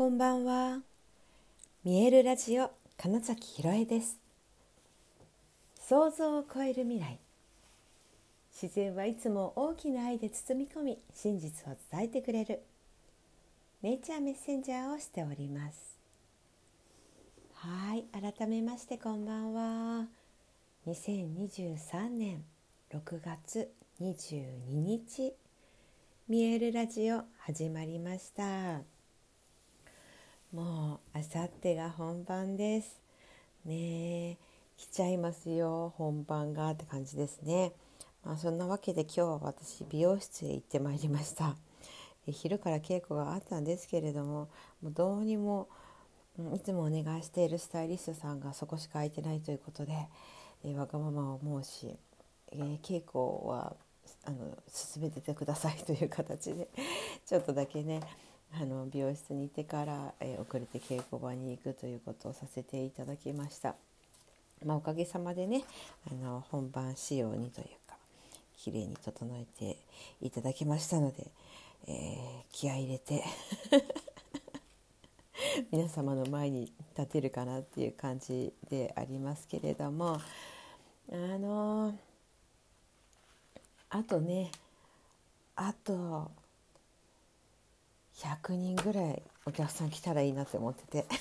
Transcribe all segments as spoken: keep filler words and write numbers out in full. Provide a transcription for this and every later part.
こんばんは。見えるラジオ金崎ひろえです。想像を超える未来。自然はいつも大きな愛で包み込み、真実を伝えてくれるネイチャーメッセンジャーをしております。はい、改めましてこんばんは。にせんにじゅうさんねんろくがつにじゅうににち、見えるラジオ始まりました。もうあさってが本番ですね。え来ちゃいますよ、本番がって感じですね。まあ、そんなわけで今日は私美容室へ行ってまいりました。え昼から稽古があったんですけれども、もうどうにも、うん、いつもお願いしているスタイリストさんがそこしか空いてないということで、えわがままを申し、えー稽古はあの進めててくださいという形でちょっとだけね、あの美容室に行ってから、えー遅れて稽古場に行くということをさせていただきました。まあ、おかげさまでね、あの本番仕様にというか綺麗に整えていただきましたので、えー気合い入れて皆様の前に立てるかなっていう感じでありますけれども、あのあとねあとひゃくにんぐらいお客さん来たらいいなって思ってて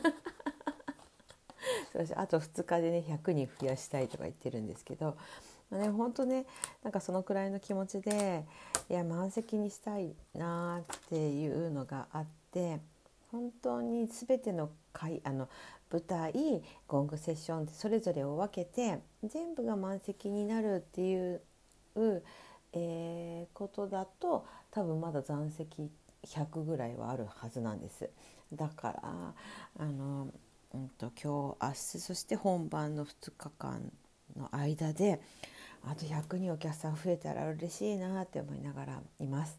そうです。あとふつかでねひゃくにん増やしたいとか言ってるんですけど、まあね、本当ね、なんかそのくらいの気持ちで、いや満席にしたいなっていうのがあって、本当に全ての回あの舞台ゴングセッションってそれぞれを分けて全部が満席になるっていう、えーことだと多分まだ残席ひゃくぐらいはあるはずなんです。だからあの、うんと、今日明日そして本番のふつかかんの間であとひゃくにんお客さん増えたら嬉しいなって思いながらいます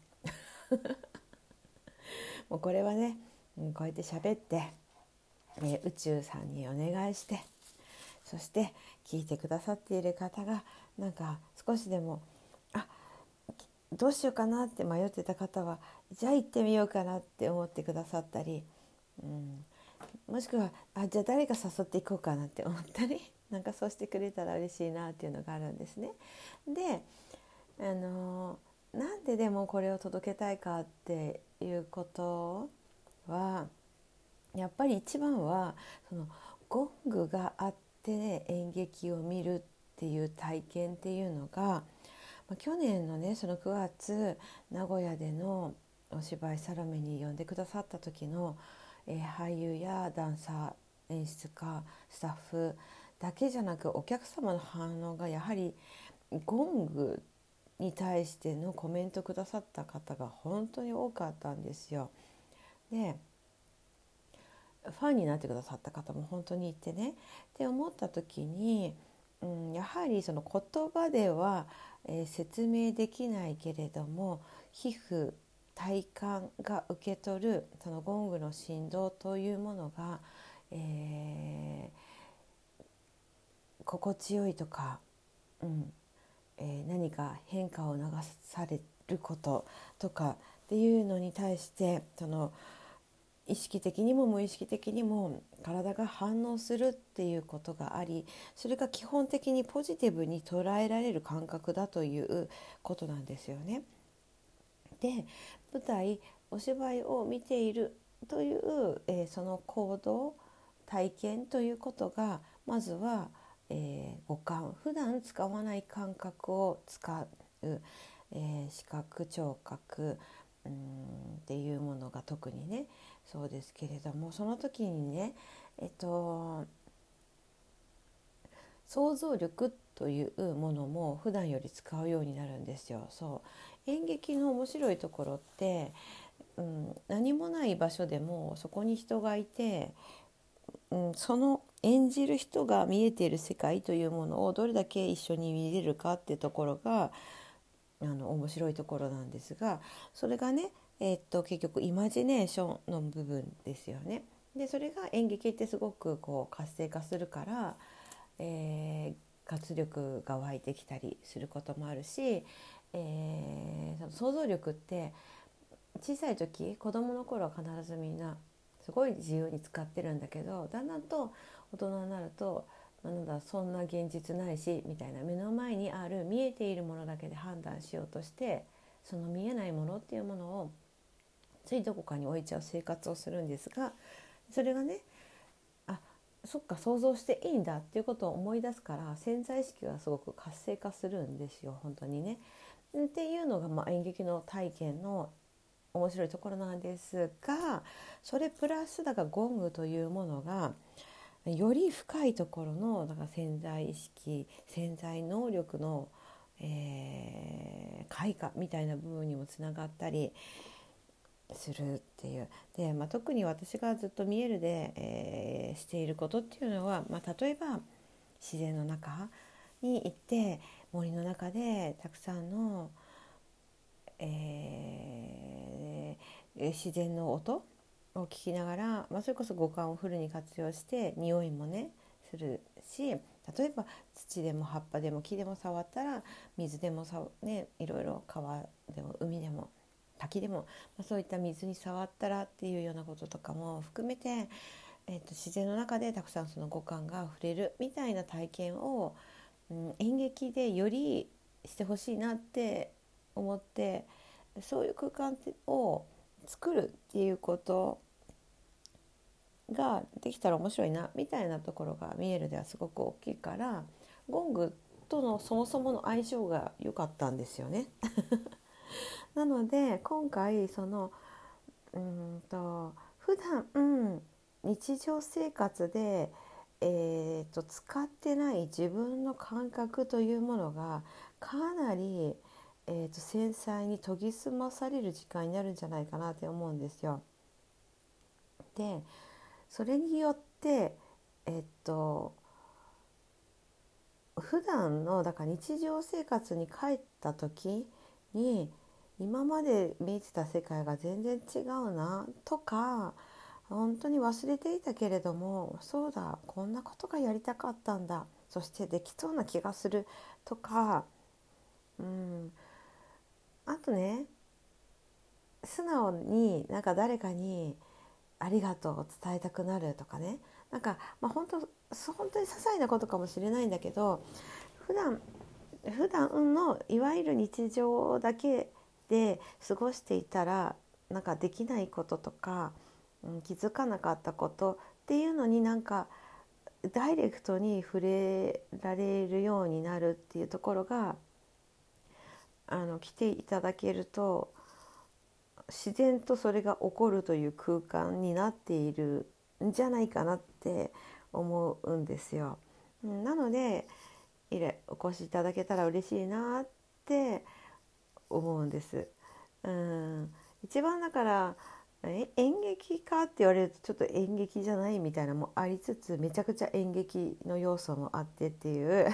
もうこれはね、こうやって喋って、えー宇宙さんにお願いして、そして聞いてくださっている方がなんか少しでもあどうしようかなって迷ってた方はじゃあ行ってみようかなって思ってくださったり、うん、もしくはあじゃあ誰か誘っていこうかなって思ったりなんかそうしてくれたら嬉しいなっていうのがあるんですね。で、あのなんででもこれを届けたいかっていうことはやっぱり一番はそのゴングがあって演劇を見るっていう体験っていうのが、まあ、去年のねそのくがつ名古屋でのお芝居サロメに呼んでくださった時の、えー俳優やダンサー演出家スタッフだけじゃなくお客様の反応がやはりゴングに対してのコメントくださった方が本当に多かったんですよ。でファンになってくださった方も本当にいてねって思った時に、うん、やはりその言葉では、えー説明できないけれども皮膚体感が受け取るそのゴングの振動というものが、えー心地よいとか、うんえー何か変化を流されることとかっていうのに対してその意識的にも無意識的にも体が反応するっていうことがあり、それが基本的にポジティブに捉えられる感覚だということなんですよね。で舞台お芝居を見ているという、えーその行動体験ということがまずは、えー五感普段使わない感覚を使う、えー視覚聴覚うーんっていうものが特にねそうですけれども、その時にねえっと想像力というものも普段より使うようになるんですよ。そう演劇の面白いところって、うん、何もない場所でもそこに人がいて、うん、その演じる人が見えている世界というものをどれだけ一緒に見れるかっていうところがあの面白いところなんですが、それがね、えーっと結局イマジネーションの部分ですよね。でそれが演劇ってすごくこう活性化するから、えー活力が湧いてきたりすることもあるし、えーその想像力って小さい時子供の頃は必ずみんなすごい自由に使ってるんだけど、だんだんと大人になると、なんだそんな現実ないしみたいな、目の前にある見えているものだけで判断しようとして、その見えないものっていうものをついどこかに置いちゃう生活をするんですが、それがね、あ、そっか想像していいんだっていうことを思い出すから、潜在意識がすごく活性化するんですよ本当にね。っていうのが、まあ、演劇の体験の面白いところなんですが、それプラスだからゴングというものがより深いところのだから潜在意識、潜在能力の、えー、開花みたいな部分にもつながったりするっていう。で、まあ、特に私がずっと見えるで、えー、していることっていうのは、まあ、例えば自然の中に行って森の中でたくさんの、えー、自然の音を聞きながら、まあ、それこそ五感をフルに活用して匂いもねするし、例えば土でも葉っぱでも木でも触ったら、水でもさ、ね、いろいろ川でも海でも滝でも、まあ、そういった水に触ったらっていうようなこととかも含めて、えーと、自然の中でたくさんその五感が触れるみたいな体験を、うん、演劇でよりしてほしいなって思って、そういう空間を作るっていうことができたら面白いなみたいなところが見えるではすごく大きいから、ゴングとのそもそもの相性が良かったんですよねなので今回そのうーんと普段、うん、日常生活で、えー、と使ってない自分の感覚というものがかなり、えー、と繊細に研ぎ澄まされる時間になるんじゃないかなって思うんですよ。でそれによってえっと普段のだから日常生活に帰った時に、今まで見えてた世界が全然違うなとか、本当に忘れていたけれども、そうだこんなことがやりたかったんだ、そしてできそうな気がするとか、うん、あとね、素直になんか誰かにありがとうを伝えたくなるとかね、なんか、まあ、本当本当に些細なことかもしれないんだけど、普段普段のいわゆる日常だけで過ごしていたら、なんかできないこととか、うん、気づかなかったことっていうのになんかダイレクトに触れられるようになるっていうところが、あの来ていただけると自然とそれが起こるという空間になっているんじゃないかなって思うんですよ。なのでお越しいただけたら嬉しいなって思うんです。うん、一番だからえ演劇かって言われるとちょっと演劇じゃないみたいなのもありつつ、めちゃくちゃ演劇の要素もあってっていう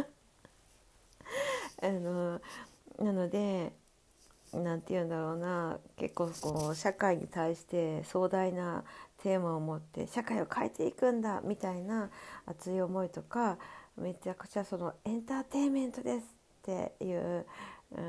あのなので、なんて言うんだろうな、結構こう社会に対して壮大なテーマを持って社会を変えていくんだみたいな熱い思いとか、めちゃくちゃそのエンターテインメントですっていう、うん、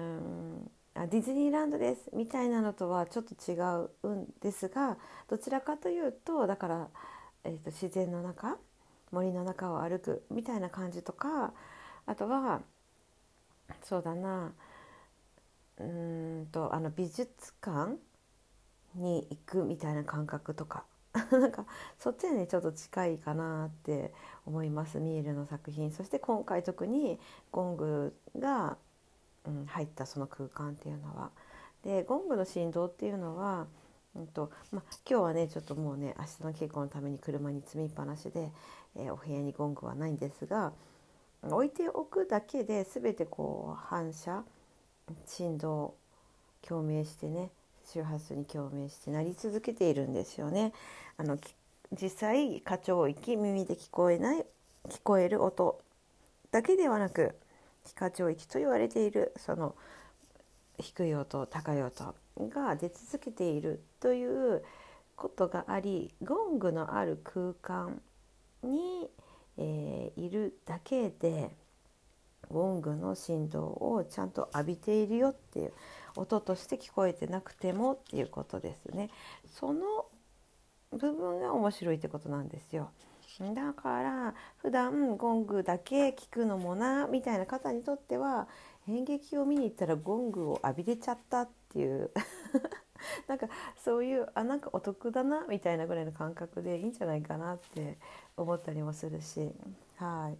あディズニーランドですみたいなのとはちょっと違うんですが、どちらかというとだから、えーと、自然の中、森の中を歩くみたいな感じとか、あとはそうだな、うーんとあの美術館に行くみたいな感覚とかなんかそっちにちょっと近いかなって思います、ミールの作品。そして今回特にゴングが、うん、入ったその空間っていうのは、でゴングの振動っていうのは、うんとま、今日はねちょっともうね明日の稽古のために車に積みっぱなしで、えー、お部屋にゴングはないんですが、置いておくだけで全てこう反射振動共鳴してね、周波数に共鳴して鳴り続けているんですよね。あの実際過聴域、耳で聞こえない聞こえる音だけではなく、非過聴域と言われているその低い音高い音が出続けているということがあり、ゴングのある空間に、えー、いるだけでゴングの振動をちゃんと浴びているよっていう、音として聞こえてなくてもっていうことですね。その部分が面白いってことなんですよ。だから普段ゴングだけ聞くのもなみたいな方にとっては、演劇を見に行ったらゴングを浴びれちゃったっていうなんかそういう、あ、なんかお得だなみたいなぐらいの感覚でいいんじゃないかなって思ったりもするし、はい。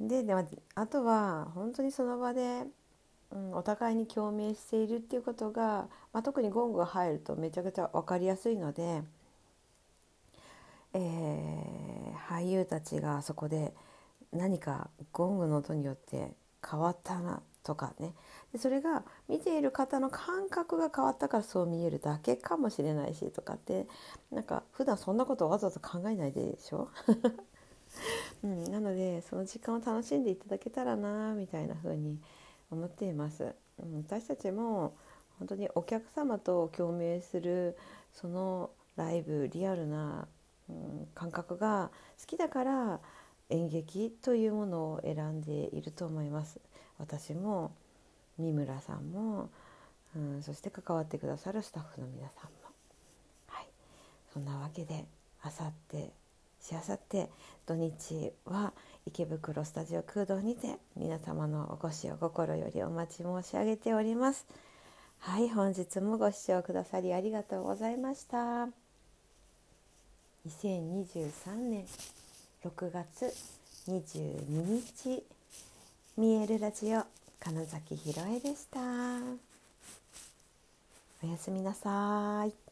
で、でもあとは本当にその場で、うん、お互いに共鳴しているっていうことが、まあ、特にゴングが入るとめちゃくちゃ分かりやすいので、えー俳優たちがそこで何かゴングの音によって変わったなとかね、でそれが見ている方の感覚が変わったからそう見えるだけかもしれないしとかって、なんか普段そんなことをわざわざ考えないでしょ、うん、なのでその時間を楽しんでいただけたらなみたいな風に思っています、うん、私たちも本当にお客様と共鳴するそのライブリアルな、うん、感覚が好きだから演劇というものを選んでいると思います。私も三村さんも、うん、そして関わってくださるスタッフの皆さんも、はい、そんなわけであさってしあさって土日は池袋スタジオ空洞にて皆様のお越しを心よりお待ち申し上げております。はい、本日もご視聴くださりありがとうございました。にせんにじゅうさんねんろくがつにじゅうににち、見えるラジオ金崎ひろえでした。おやすみなさい。